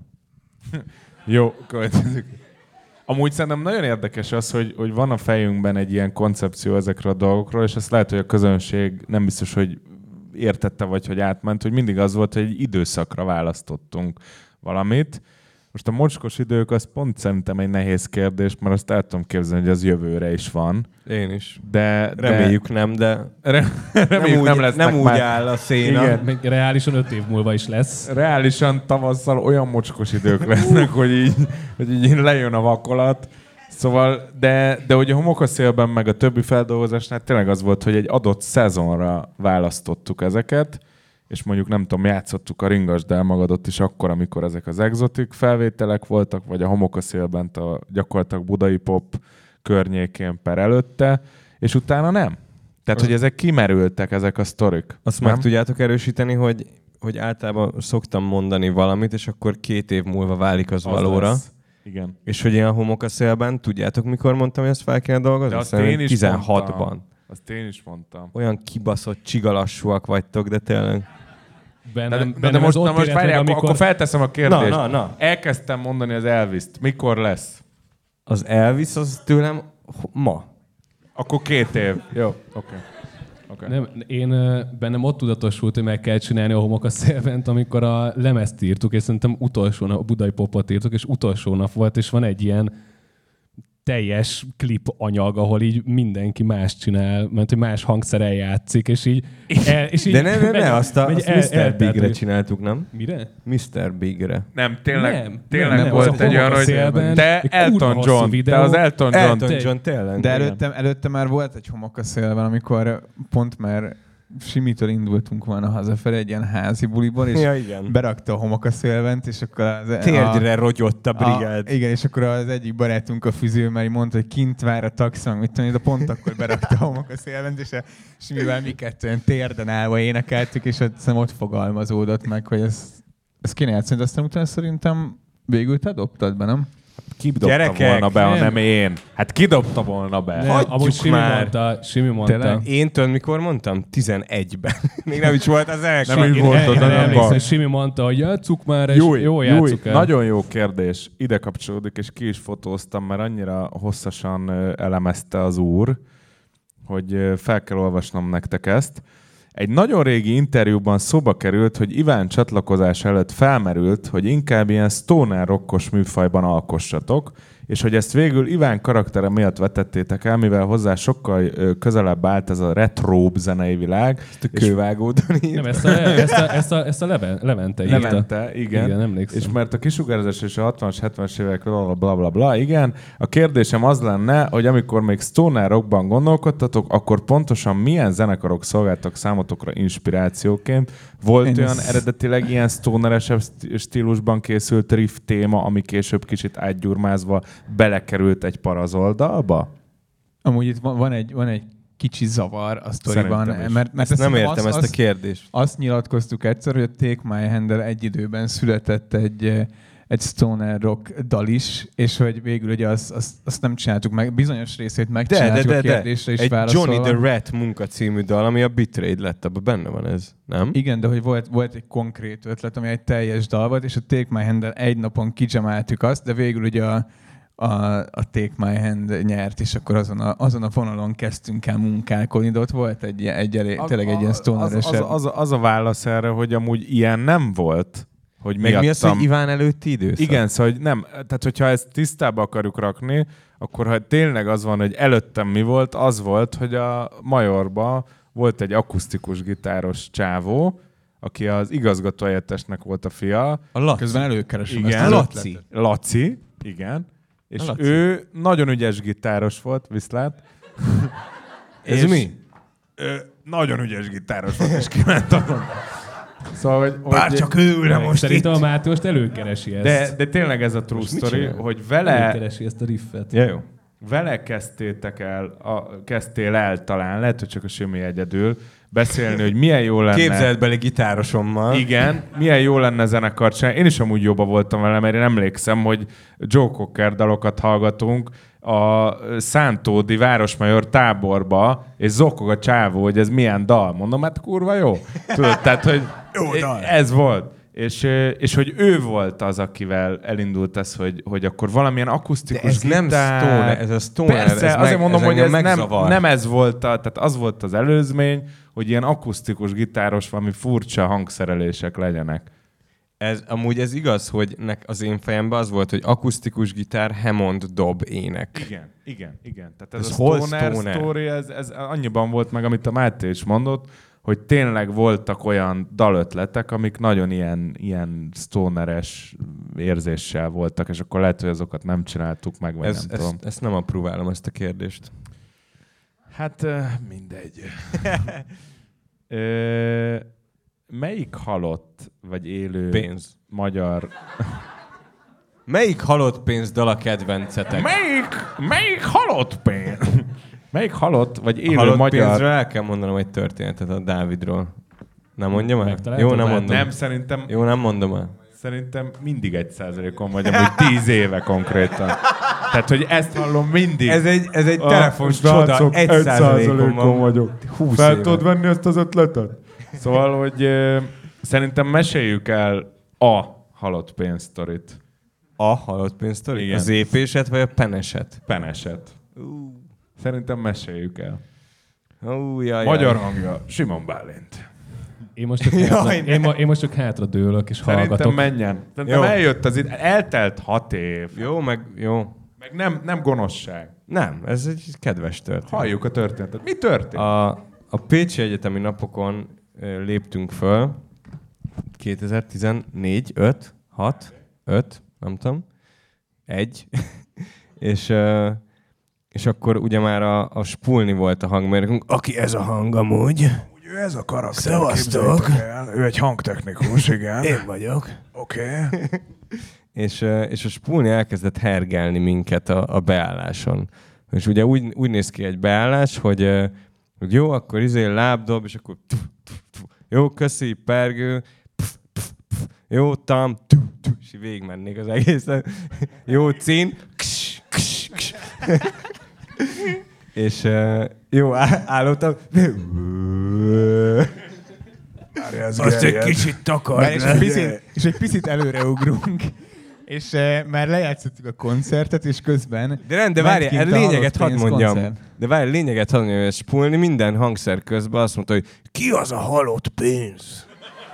Jó, következik. Amúgy szerintem nagyon érdekes az, hogy, hogy van a fejünkben egy ilyen koncepció ezekről a dolgokról, és azt lehet, hogy a közönség nem biztos, hogy értette, vagy hogy átment, hogy mindig az volt, hogy egy időszakra választottunk valamit. Most a mocskos idők az pont szerintem egy nehéz kérdés, mert azt el tudom képzelni, hogy az jövőre is van. Én is. De, Reméljük nem, de de re, reméljük nem, nem, úgy, lesznek nem úgy már. áll a széna. Igen. Meg reálisan öt év múlva is lesz. Reálisan tavasszal olyan mocskos idők lesznek, hogy így, hogy így lejön a vakolat. Szóval, de, de ugye a Homok a szélben, meg a többi feldolgozásnál tényleg az volt, hogy egy adott szezonra választottuk ezeket, és mondjuk nem tudom, játszottuk a Ringasd el magadot is akkor, amikor ezek az exotik felvételek voltak, vagy a Homok a szélben a gyakorlatilag budai pop környékén per előtte, és utána nem. Tehát, hogy ezek kimerültek, ezek a sztorik. Azt nem? meg tudjátok erősíteni, hogy, hogy általában szoktam mondani valamit, és akkor két év múlva válik az, Az valóra. lesz. Igen. És hogy ilyen Homok a szélben, tudjátok, mikor mondtam, hogy ezt fel kell dolgozni? De azt Szerintem én is tizenhatban. mondtam. Azt én is mondtam. Olyan kibaszott csigalassúak vagytok, de tényleg. Bennem, De, de, de bennem most, ez na ott most érett meg, várjál, amikor... amikor... akkor felteszem a kérdést. Na, na, na. Elkezdtem mondani az Elvis-t. Mikor lesz? Az Elvis az tőlem ma. Akkor két év. Jó, oké. Okay. Okay. Nem, én ö, bennem ott tudatosult, hogy meg kell csinálni a Homok a szélbent, amikor a lemezt írtuk, és szerintem utolsó nap, a budai popot írtuk, és utolsó nap volt, és van egy ilyen teljes klip anyag, ahol így mindenki más csinál, mert hogy más hangszerrel játszik, és így... El, és így De ne, ne, megy- ne, azt, a, megy azt el- miszter eltelt, Bigre hogy- csináltuk, nem? Mire? miszter Bigre. Nem, tényleg, Nem, tényleg nem, nem, volt az a egy Homok olyan, a hogy szélben, te egy Elton kurva hosszú John, videó. te az Elton John. Elton John, tényleg. De igen. előtte, előtte már volt egy Homok a szélben, amikor pont már Simitől indultunk volna hazafelé egy ilyen házi buliból, és Ja, igen. berakta a Homok a szélbent, és akkor az... Térdre rogyott a brigád. A, igen, és akkor az egyik barátunk a füző, mert így mondta, hogy kint vár a taxi, meg mit tudom, de pont akkor berakta a Homok a szélbent, és a Simivel mi kettően térden állva énekeltük, és ott, ott fogalmazódott meg, hogy ez, ez kéne játszani, de aztán utána szerintem végül te dobtad be, nem? Kidobta Gyerekek, volna be, ha nem. nem én. Hát kidobta volna be. Nem, Hagyjuk amúgy Simi már. mondta, Simi mondta. Tényleg? Én tudod, mikor mondtam? tizenegyben. Még nem is volt az első. Nem így Én- volt én- oda, én nem emlékszem, baj. hogy Simi mondta, hogy játsszuk már, és Júj, jó, júj, játsszuk el. nagyon jó kérdés. Ide kapcsolódik, és ki is fotóztam, mert annyira hosszasan ö, elemezte az úr, hogy ö, fel kell olvasnom nektek ezt. Egy nagyon régi interjúban szóba került, hogy Iván csatlakozás előtt felmerült, hogy inkább ilyen stoner rockos műfajban alkossatok, és hogy ezt végül Iván karaktere miatt vetettétek el, mivel hozzá sokkal ö, közelebb állt ez a retróbb zenei világ. Ezt a kővágódon írt. Nem, ezt a, ezt a, ezt a, ezt a Leven, Levente írta. Levente, igen. Igen, emlékszem. És mert a kisugárzás és a hatvanas, hetvenes évek bla, bla, bla, bla, igen. A kérdésem az lenne, hogy amikor még stoner rockban gondolkodtatok, akkor pontosan milyen zenekarok szolgáltak számotokra inspirációként? Volt Én olyan ezt- eredetileg ilyen stoneresebb szt- stílusban készült riff téma, ami később kicsit átgyurmázva belekerült egy parazoldalba? Amúgy itt van, van, egy, van egy kicsi zavar a sztoriban, Szerintem is. mert, mert Ezt nem szerintem értem azt, ezt a azt, kérdést. azt nyilatkoztuk egyszer, hogy a Take My Hand-el egy időben született egy, eh, egy stoner rock dal is, és hogy végül ugye azt, azt, azt nem csináltuk meg. Bizonyos részét De, megcsináltuk de, de, a de. kérdésre is Egy válaszolva. Johnny the Rat munka című dal, ami a Betrayed lett, abban benne van ez, nem? Igen, de hogy volt, volt egy konkrét ötlet, ami egy teljes dal volt, és a Take My Hand-el egy napon kidzsemáltuk azt, de végül ugye a, a, a Take My Hand nyert, és akkor azon a, azon a vonalon kezdtünk el munkálkodni, de ott volt egy, ilyen- egy elég, tényleg egy ilyen stoneresebb. az, az, az, az a válasz erre, hogy amúgy ilyen nem volt. Hogy Meg mi az, miattam- hogy Iván előtti időszak? Igen, szóval hogy nem, tehát hogyha ezt tisztába akarjuk rakni, akkor ha tényleg az van, hogy előttem mi volt, az volt, hogy a Majorban volt egy akusztikus gitáros csávó, aki az igazgató helyettesnek volt a fia. A Laci. Közben előkeresem Igen. ezt az Laci. ötletet. Laci, igen. És Laci. ő nagyon ügyes gitáros volt, viszlát. Ez És- mi? Ö, nagyon ügyes gitáros volt, és kiment azon. Szóval, hogy, hogy ő ülne most Szerintem a Máté most előkeresi ezt. de, de tényleg ez a true Most mit story, csinál? hogy vele, Előkeresi ezt a riffet. Ja, jó. vele kezdtétek el, a, kezdtél el talán, lehet, hogy csak a Simi egyedül, beszélni, hogy milyen jó lenne... Képzeletbeli gitárosommal. Igen, milyen jó lenne zenekart csinálni. Én is amúgy jobban voltam vele, mert én emlékszem, hogy Joe Cocker dalokat hallgatunk a Szántódi Városmajor táborba, és zokog a csávó, hogy ez milyen dal. Mondom, hát kurva jó. Tudod, tehát, hogy Jó dal. ez volt. És, és hogy ő volt az, akivel elindult ez, hogy, hogy akkor valamilyen De akusztikus ez nem gitár... stoner, ez a stoner. Persze, ez azért meg, mondom, hogy ez nem, megzavar. nem ez volt, a, tehát az volt az előzmény, hogy ilyen akusztikus gitáros, valami furcsa hangszerelések legyenek. Ez, amúgy ez igaz, hogy nek az én fejemben az volt, hogy akusztikus gitár, Hammond, dob, ének. Igen, igen, igen. Tehát ez, Ez ez a hol stoner, stoner? story, ez, ez annyiban volt meg, amit a Máté is mondott, hogy tényleg voltak olyan dalötletek, amik nagyon ilyen, ilyen stoneres érzéssel voltak, és akkor lehet, hogy azokat nem csináltuk meg, vagy Ez, nem tudom. ezt, ezt nem apróválom, ezt a kérdést. Hát ö, mindegy. Ö, melyik halott, vagy élő Pénz. magyar... Melyik halott pénz dal a kedvencetek? Melyik, melyik halott pénz? Melyik halott, vagy élő halott magyar... pénzről el kell mondanom egy történetet a Dávidról. Nem mondjam el? Megtaláltad Jó, nem már? mondom. Nem, szerintem, Jó, nem mondom el. szerintem mindig egy százalékon vagy, amúgy tíz éve konkrétan. Tehát, hogy ezt hallom mindig. Ez egy, ez egy A telefon csoda, srácok, egy százalékon van. vagyok. húsz Fel éve. tudod venni ezt az ötletet? Szóval, hogy ö, szerintem meséljük el a halott pénzsztorit. A halott pénz sztori? Igen. Az épéset vagy a peneset? Peneset. Szerintem meséljük el. Ú, jaj, Magyar jaj. hangja, Simon Bálint. Én most csak Jaj, hátra, ne. én, ma, én most csak hátra dőlök és Szerintem hallgatok. menjen. Szerintem Jó. eljött az itt, eltelt hat év. Jó, meg jó. Meg nem, nem gonoszság. Nem, ez egy kedves történet. Halljuk a történetet. Mi történt? A, a Pécsi Egyetemi Napokon ö, léptünk föl, kétezer-tizennégy, öt, hat, öt, nem tudom, egy, és, ö, és akkor ugye már a, a Spulni volt a hangmérnökünk, aki ez a hang amúgy. Ugye ez a karakter, Szevasztok! képzeljétek el. Ő egy hangtechnikus, igen. Én vagyok. Oké. Okay. És, ö, és a Spulni elkezdett hergelni minket a, a beálláson. És ugye úgy, úgy néz ki egy beállás, hogy, ö, hogy jó, akkor izé lábdob, és akkor tuf, tuf, tuf. Jó, köszi, pergő, pf, pf, pf. Jó, tam, tuf, tuf. És és végigmennék az egészen. Jó cín. Kss, kss, kss. És uh, jó, állottam. Azt egy kicsit Már és, egy picit, és egy picit előreugrunk. És uh, már lejátszottuk a koncertet, és közben... De nem, de ment várj, kint el a lényeget hadd Halott Pénz mondjam. koncert. De várj, lényeget hadd mondjam, hogy Spulni minden hangszer közben azt mondta, hogy ki az a halott pénz?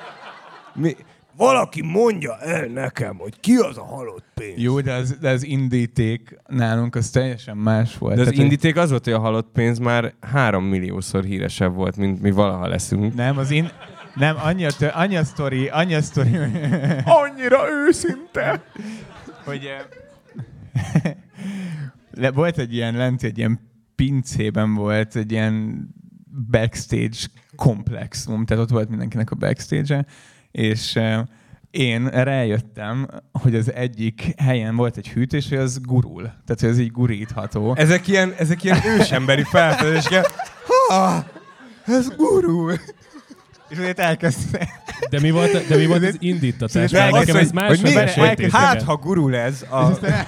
Mi? Valaki mondja el nekem, hogy ki az a halott pénz. Jó, de az, de az indíték nálunk az teljesen más volt. De az Tehát, indíték az volt, hogy a halott pénz már három milliószor híresebb volt, mint mi valaha leszünk. Nem, az in... Nem, annyi a, tö... annyi a sztori, annyi a sztori, Annyira őszinte. hogy eh, le, volt egy ilyen lent, egy ilyen pincében volt egy ilyen backstage komplexum, tehát ott volt mindenkinek a backstage-e, és eh, én rájöttem, hogy az egyik helyen volt egy hűtés, hogy az gurul. Tehát, hogy az így gurítható. Ezek ilyen, ezek ilyen ősemberi felfedezések. Ha, ez gurul. És azért elkezdte. De mi volt, de mi volt az indítatás? De Nekem ez más, hogy mi, mesélték hát, neked. ha gurul ez, a... És aztán,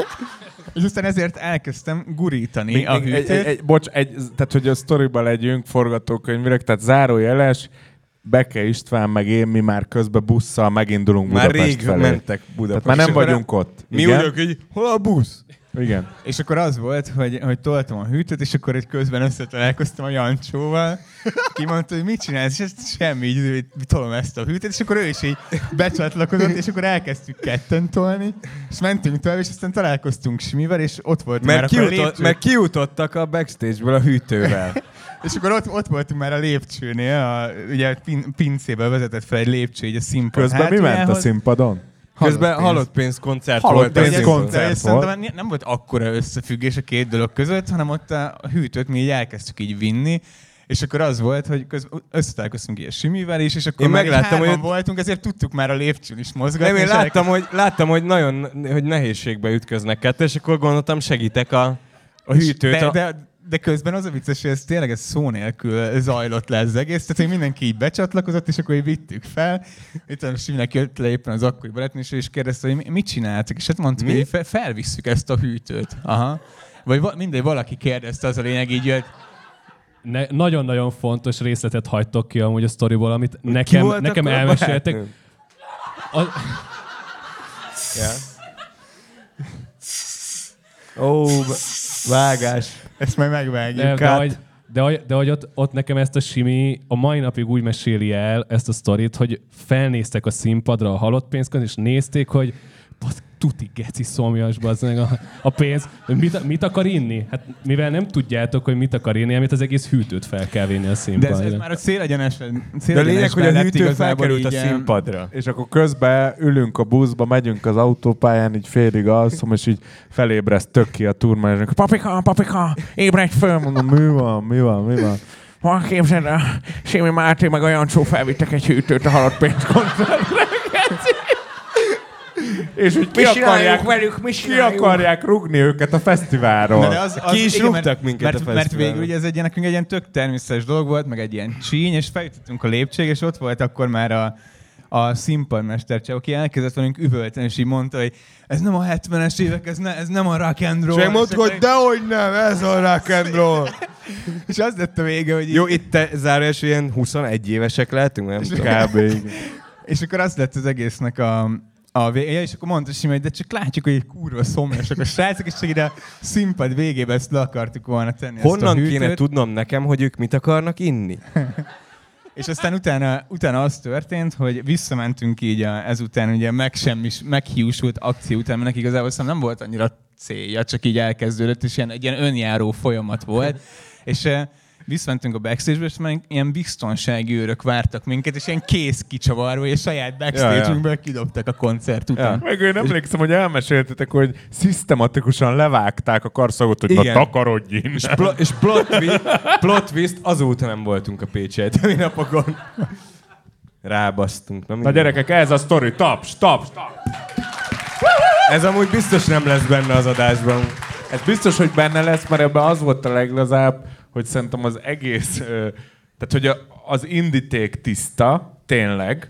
és aztán ezért elkezdtem gurítani Még, a egy, hűtőt. egy, egy, bocs, egy, tehát hogy a sztoriba legyünk, forgatókönyvileg, tehát zárójeles, Beke István, meg én, mi már közben busszal megindulunk Már Budapest rég felé. mentek Budapest. Tehát már nem És akkor vagyunk ott. Mi Igen? ugyanok, hogy hol a busz? Igen. És akkor az volt, hogy, hogy toltam a hűtőt, és akkor egy közben összetalálkoztam a Jancsóval. Kimondta, hogy mit csinálsz, és ezt semmi, így így tolom ezt a hűtőt, és akkor ő is így becsatlakozott, és akkor elkezdtük ketten tolni, és mentünk tovább, és aztán találkoztunk Simivel, és ott volt már Mert, akkor a kiutott, lépcső. mert kiutottak a backstage-ből a hűtővel. És akkor ott, ott voltunk már a lépcsőnél, a, ugye a pin, pincéből vezetett fel egy lépcső, így a színpad Közben mi ment a hátuljához. színpadon? Közben pénz. halott pénz koncert Halott volt. pénz az De, színpadon. koncert de volt. szerintem nem volt akkora összefüggés a két dolog között, hanem ott a hűtőt mi így elkezdtük így vinni, és akkor az volt, hogy közben összetalálkoztunk ilyen Simivel is, és akkor Én már így megláttam, hárman hogy- voltunk, ezért tudtuk már a lépcsőn is mozgatni. Nem, én és láttam, hogy, láttam, hogy nagyon hogy nehézségbe ütköznek kettő, és akkor gondoltam, segítek a, a és- hűtőt. De, a... de, de közben az a vicces, hogy ez tényleg ez szó nélkül zajlott le az egész, tehát hogy mindenki így becsatlakozott, és akkor így vittük fel. Itt a Siminek jött le éppen az akkori barátnő, és kérdezte, hogy mit csináltak, és hát mondtuk, Mi? hogy fe- felvisszük ezt a hűtőt. Aha. Vagy va- mindegy, valaki kérdezte, az a lényeg, így jött. Ne, nagyon-nagyon fontos részletet hagytok ki amúgy a sztoriból, amit nekem, volt nekem akkor a elmeséltek. barátnőm? A, Ja. Ó, vágás. Ezt majd megvágjuk. de, de, hogy, de, hogy, de hogy ott, ott nekem ezt a Simi a mai napig úgy meséli el ezt a sztorit, hogy felnéztek a színpadra a halott pénzkön, és nézték, hogy basz, tuti geci szomjas, bazd meg a, a pénz. Mit, mit akar inni? Hát mivel nem tudjátok, hogy mit akar inni, amit az egész hűtőt fel kell vinni a De ez, színpadra. ez már a célegyenesen, De a lényeg, hogy a hűtő felkerült a színpadra. És akkor közben ülünk a buszba, megyünk az autópályán, így félig alszom, és így felébreszt tök ki a turmányos. Papika, papika, ébredj föl! Mondom, mi van, mi van, mi van? Van, képzeld el, Simi Máté meg a Jancsó felvittek egy hűtőt a halott pénzkoncertre. És hogy ki akarják, velük, mi ki akarják rugni őket a fesztiválról. Na de az, az, Ki is igen, rúgtak mert, minket mert, a mert fesztiválon. végül ugye ez egy, ilyen- nekünk egy ilyen tök természetes dolog volt, meg egy ilyen csíny, és feljutottunk a lépcsőig, és ott volt akkor már a, a színpadmester csak, aki elkezdett velünk üvölteni, és így mondta, hogy ez nem a hetvenes évek, ez, ne, ez nem a rock and roll. És megmondtuk, hogy dehogy nem, ez a rock and roll. És az lett a vége, hogy így, Jó, itt te zárójeles ilyen huszonegy évesek lehetünk, nem tudom. Kb. igen. és akkor az lett az egésznek a, a vége, és akkor mondta Simi, hogy de csak látjuk, hogy egy kurva szomjasak a srácok, és csak ide a színpad végébe ezt le akartuk volna tenni. ezt a Honnan hűtőt. kéne tudnom nekem, hogy ők mit akarnak inni? És aztán utána, utána az történt, hogy visszamentünk így a, ezután ugye megsemmis, meghiúsult akció után, mert neki igazából szerintem nem volt annyira célja, csak így elkezdődött, és ilyen, egy ilyen önjáró folyamat volt. És uh, visszamentünk a backstage-be, és már ilyen biztonsági őrök vártak minket, és ilyen kész kicsavarva, és saját backstage-ünkből kidobtak a koncert után. Meg én emlékszem, hogy elmeséltetek, hogy szisztematikusan levágták a karszagot, hogy Igen. na takarodj innen. És, pl- és plot, twist, plot twist, azóta nem voltunk a Pécsi Egyetemi napokon. Rábasztunk. Na, Na mindegy. gyerekek, ez a sztori. Taps, taps, taps. Ez amúgy biztos nem lesz benne az adásban. Ez biztos, hogy benne lesz, mert ebben az volt a leglazább, hogy szerintem az egész, ö, tehát hogy a, az indíték tiszta, tényleg,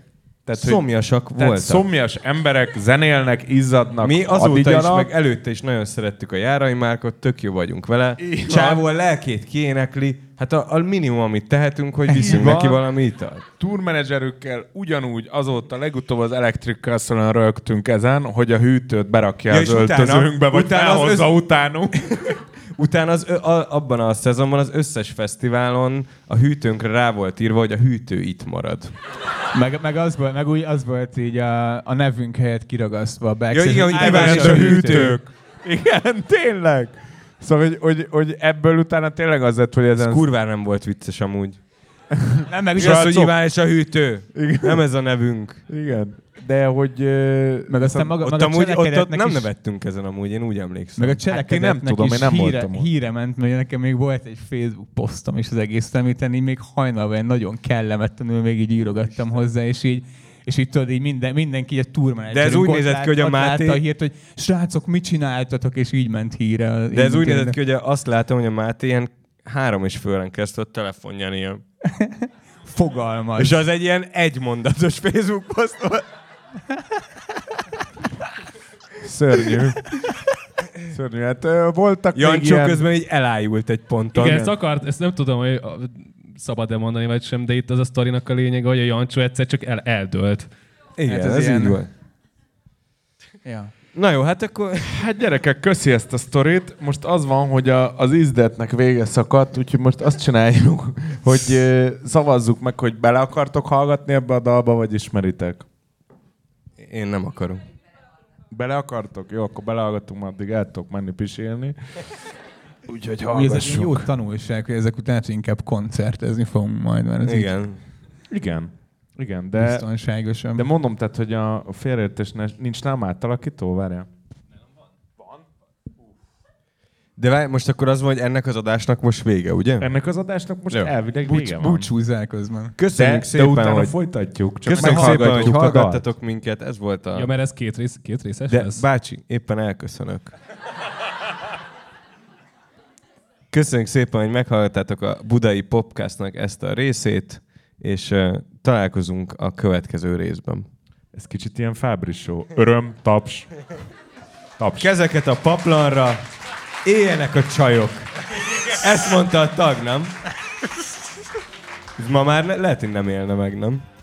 Tehát, hogy- Szomjasak Tehát voltak. szomjas emberek zenélnek, izzadnak, Mi azóta is, adigyanak. meg előtte is nagyon szerettük a Járai Márkot, tök jó vagyunk vele. Így van. Csávó a lelkét kiénekli. Hát a, a minimum, amit tehetünk, hogy viszünk van. neki valami italt. Tourmenedzserükkel ugyanúgy azóta legutóbb az Electric Castle-on rögtünk ezen, hogy a hűtőt berakja Ja, az és utána- öltözőnkbe, vagy utána az felhozza össz- utánunk. Utána az, ö- a, abban a szezonban az összes fesztiválon a hűtőnkre rá volt írva, hogy a hűtő itt marad. Meg, meg, az volt, meg úgy az volt így a, a nevünk helyett kiragasztva a backstage. Ja, igen, hogy Iván Iván és és a a hűtő. Igen, tényleg. Szóval, hogy, hogy, hogy ebből utána tényleg az lett, hogy Ez ezen... kurvára nem volt vicces amúgy. Nem, meg És ugye az, hogy Srácok. Iván és a hűtő. Igen. Nem ez a nevünk. Igen. De hogy... ö, meg aztán maga, Ott maga amúgy, ott, ott cselekedetnek nem is, nevettünk ezen amúgy, én úgy emlékszem. meg a cselekedetnek Hát én nem tudom, is én nem híre, voltam ott. híre ment, mert nekem még volt egy Facebook posztom is az egész említeni, még hajnalban ilyen nagyon kellemetlenül még így írogattam hozzá, és így és így tudod, így minden, mindenki így a tourmanagerünk De ez úgy ott nézett lát- ki, hogy a ott látta Máté- a hírt, hogy srácok, mit csináltatok, és így ment híre. De ez úgy nézett ki, hogy azt látom, hogy a Máté ilyen három és főren kezdte a telefonján ilyen. Fogalmaz. És az egy ilyen egymondatos Facebook poszt volt. Szörnyű. Szörnyű. Hát ö, voltak még Jancsó ilyen... közben így elájult egy ponton. Igen, ezt akart, ezt nem tudom, hogy a- szabad-e mondani, vagy sem, de itt az a sztorinak a lényege, hogy a Jancsó egyszer csak el, eldőlt. Igen, Hát ez, ez ez ilyen- így volt. Ja. Na jó, hát akkor... Hát gyerekek, köszi ezt a sztorit. Most az van, hogy a, az izdetnek vége szakadt, úgyhogy most azt csináljuk, hogy ö, szavazzuk meg, hogy bele akartok hallgatni ebbe a dalba, vagy ismeritek. Én nem akarom. Bele akartok? Jó, akkor belehallgatunk, már addig el tudok menni pisélni. Úgyhogy Úgy ez egy jó hallgassuk. tanulság, hogy ezek után inkább koncertezni fogunk majd, mert ez így Igen. Igen. Igen, de, biztonságosabb. de mondom, tehát, hogy a félreértés ne- nincs nálam átalakító, várjál. De várj, most akkor az van, hogy ennek az adásnak most vége, ugye? Ennek az adásnak most Jó. elvileg Búcs, vége van. búcsúzzál közben. Köszönjük De, de szépen, utána hogy... folytatjuk. Csak Köszönjük szépen, hogy meghallgatjuk a dalt. hallgattatok minket. Ez volt a... Ja, mert ez két, rész, két részes De lesz? bácsi, éppen elköszönök. Köszönjük szépen, hogy meghallgattátok a Budai Popcastnak ezt a részét, és uh, találkozunk a következő részben. Ez kicsit ilyen Fábri show. Öröm, taps. Taps. Kezeket a paplanra, éljenek a csajok. Ezt mondta a tag, nem? Ez ma már ne, lehet, hogy nem élne meg, nem?